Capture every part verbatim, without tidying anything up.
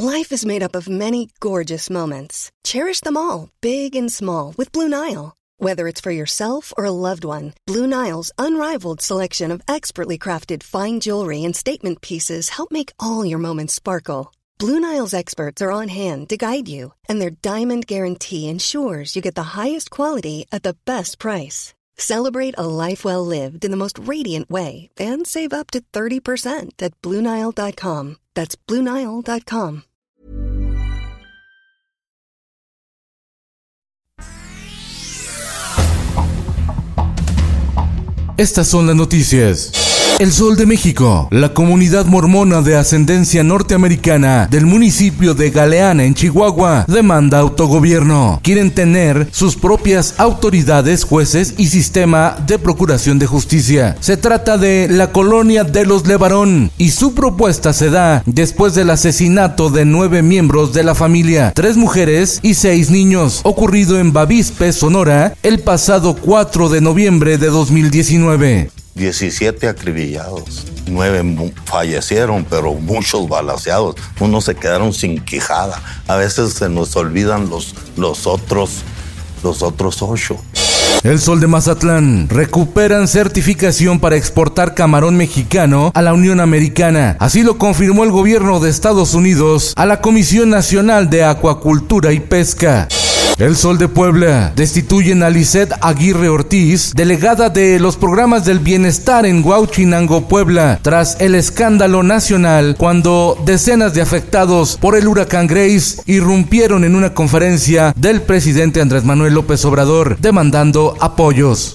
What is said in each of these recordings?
Life is made up of many gorgeous moments. Cherish them all, big and small, with Blue Nile. Whether it's for yourself or a loved one, Blue Nile's unrivaled selection of expertly crafted fine jewelry and statement pieces help make all your moments sparkle. Blue Nile's experts are on hand to guide you, and their diamond guarantee ensures you get the highest quality at the best price. Celebrate a life well lived in the most radiant way and save up to thirty percent at Blue Nile dot com. That's Blue Nile dot com. Estas son las noticias. El Sol de México. La comunidad mormona de ascendencia norteamericana del municipio de Galeana, en Chihuahua, demanda autogobierno. Quieren tener sus propias autoridades, jueces y sistema de procuración de justicia. Se trata de la colonia de los Levarón y su propuesta se da después del asesinato de nueve miembros de la familia, tres mujeres y seis niños, ocurrido en Bavispe, Sonora, el pasado cuatro de noviembre de dos mil diecinueve. diecisiete acribillados, nueve fallecieron, pero muchos balaceados, unos se quedaron sin quijada. A veces se nos olvidan los, los otros, los otros ocho. El Sol de Mazatlán. Recuperan certificación para exportar camarón mexicano a la Unión Americana. Así lo confirmó el gobierno de Estados Unidos a la Comisión Nacional de Acuacultura y Pesca. El Sol de Puebla. Destituyen a Lisette Aguirre Ortiz, delegada de los programas del bienestar en Huauchinango, Puebla, tras el escándalo nacional cuando decenas de afectados por el huracán Grace irrumpieron en una conferencia del presidente Andrés Manuel López Obrador demandando apoyos.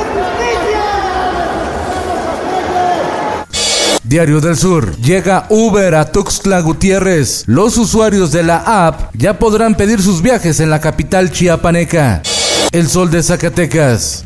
Diario del Sur. Llega Uber a Tuxtla Gutiérrez. Los usuarios de la app ya podrán pedir sus viajes en la capital chiapaneca. El Sol de Zacatecas.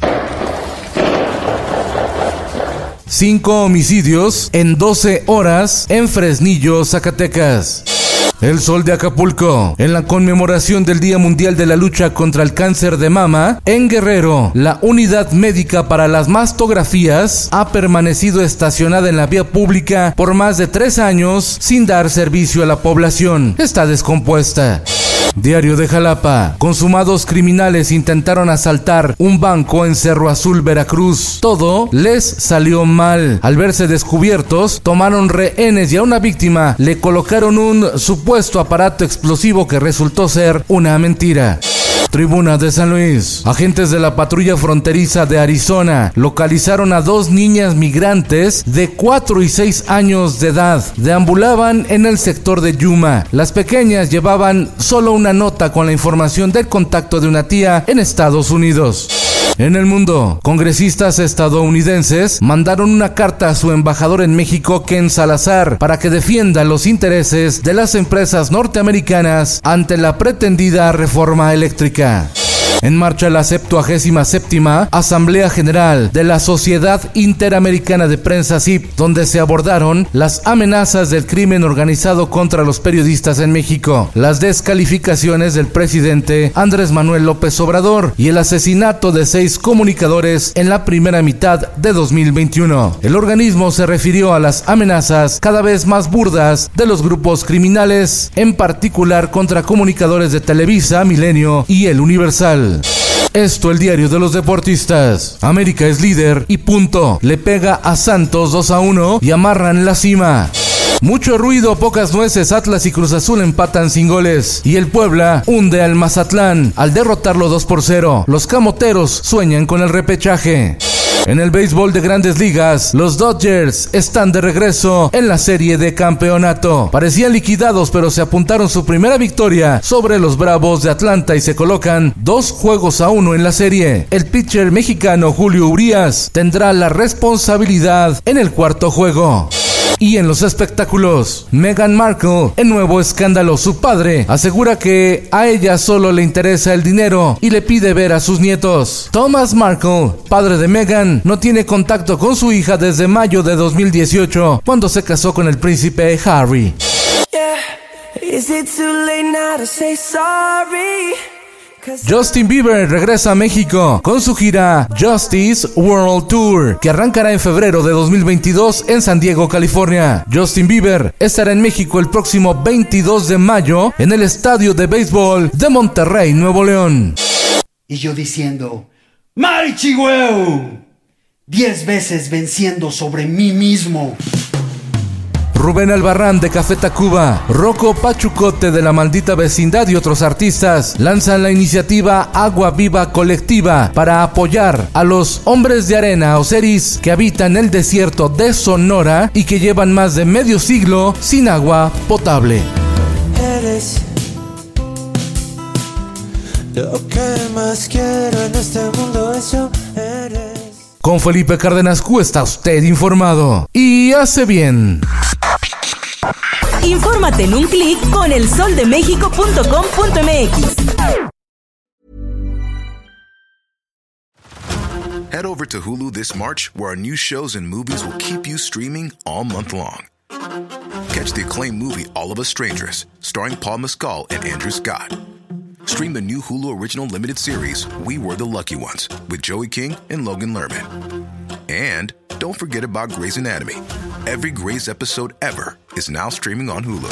Cinco homicidios en doce horas en Fresnillo, Zacatecas. El Sol de Acapulco. En la conmemoración del Día Mundial de la Lucha contra el Cáncer de Mama, en Guerrero, la unidad médica para las mastografías ha permanecido estacionada en la vía pública por más de tres años sin dar servicio a la población. Está descompuesta. Diario de Jalapa. Consumados criminales intentaron asaltar un banco en Cerro Azul, Veracruz. Todo les salió mal. Al verse descubiertos, tomaron rehenes y a una víctima le colocaron un supuesto aparato explosivo que resultó ser una mentira. Tribuna de San Luis. Agentes de la patrulla fronteriza de Arizona localizaron a dos niñas migrantes de cuatro y seis años de edad. Deambulaban en el sector de Yuma. Las pequeñas llevaban solo una nota con la información del contacto de una tía en Estados Unidos. En el mundo, congresistas estadounidenses mandaron una carta a su embajador en México, Ken Salazar, para que defienda los intereses de las empresas norteamericanas ante la pretendida reforma eléctrica. En marcha la septuagésima séptima Asamblea General de la Sociedad Interamericana de Prensa S I P, donde se abordaron las amenazas del crimen organizado contra los periodistas en México, las descalificaciones del presidente Andrés Manuel López Obrador y el asesinato de seis comunicadores en la primera mitad de dos mil veintiuno. El organismo se refirió a las amenazas cada vez más burdas de los grupos criminales, en particular contra comunicadores de Televisa, Milenio y El Universal. Esto, el diario de los deportistas. América es líder y punto. Le pega a Santos dos a uno y amarran la cima. Mucho ruido, pocas nueces. Atlas y Cruz Azul empatan sin goles. Y el Puebla hunde al Mazatlán al derrotarlo dos por cero. Los camoteros sueñan con el repechaje. En el béisbol de Grandes Ligas, los Dodgers están de regreso en la serie de campeonato. Parecían liquidados, pero se apuntaron su primera victoria sobre los Bravos de Atlanta y se colocan dos juegos a uno en la serie. El pitcher mexicano Julio Urías tendrá la responsabilidad en el cuarto juego. Y en los espectáculos, Meghan Markle, en nuevo escándalo. Su padre asegura que a ella solo le interesa el dinero y le pide ver a sus nietos. Thomas Markle, padre de Meghan, no tiene contacto con su hija desde mayo de dos mil dieciocho, cuando se casó con el príncipe Harry. Yeah. Is it too late now to say sorry? Justin Bieber regresa a México con su gira Justice World Tour, que arrancará en febrero de dos mil veintidós en San Diego, California. Justin Bieber estará en México el próximo veintidós de mayo en el Estadio de Béisbol de Monterrey, Nuevo León. Y yo diciendo, ¡Marichihueu! Diez veces venciendo sobre mí mismo. Rubén Albarrán de Café Tacuba, Rocco Pachucote de La Maldita Vecindad y otros artistas lanzan la iniciativa Agua Viva Colectiva para apoyar a los hombres de arena o seris que habitan el desierto de Sonora y que llevan más de medio siglo sin agua potable. Eres lo que más quiero en este mundo, eso eres. Con Felipe Cárdenas Q está usted informado y hace bien. Infórmate en un clic con el sol de méxico punto com punto m x. Head over to Hulu this March, where our new shows and movies will keep you streaming all month long. Catch the acclaimed movie All of Us Strangers, starring Paul Mescal and Andrew Scott. Stream the new Hulu original limited series We Were the Lucky Ones with Joey King and Logan Lerman. And don't forget about Grey's Anatomy. Every Grey's episode ever is now streaming on Hulu.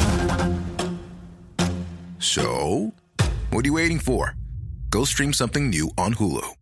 So, what are you waiting for? Go stream something new on Hulu.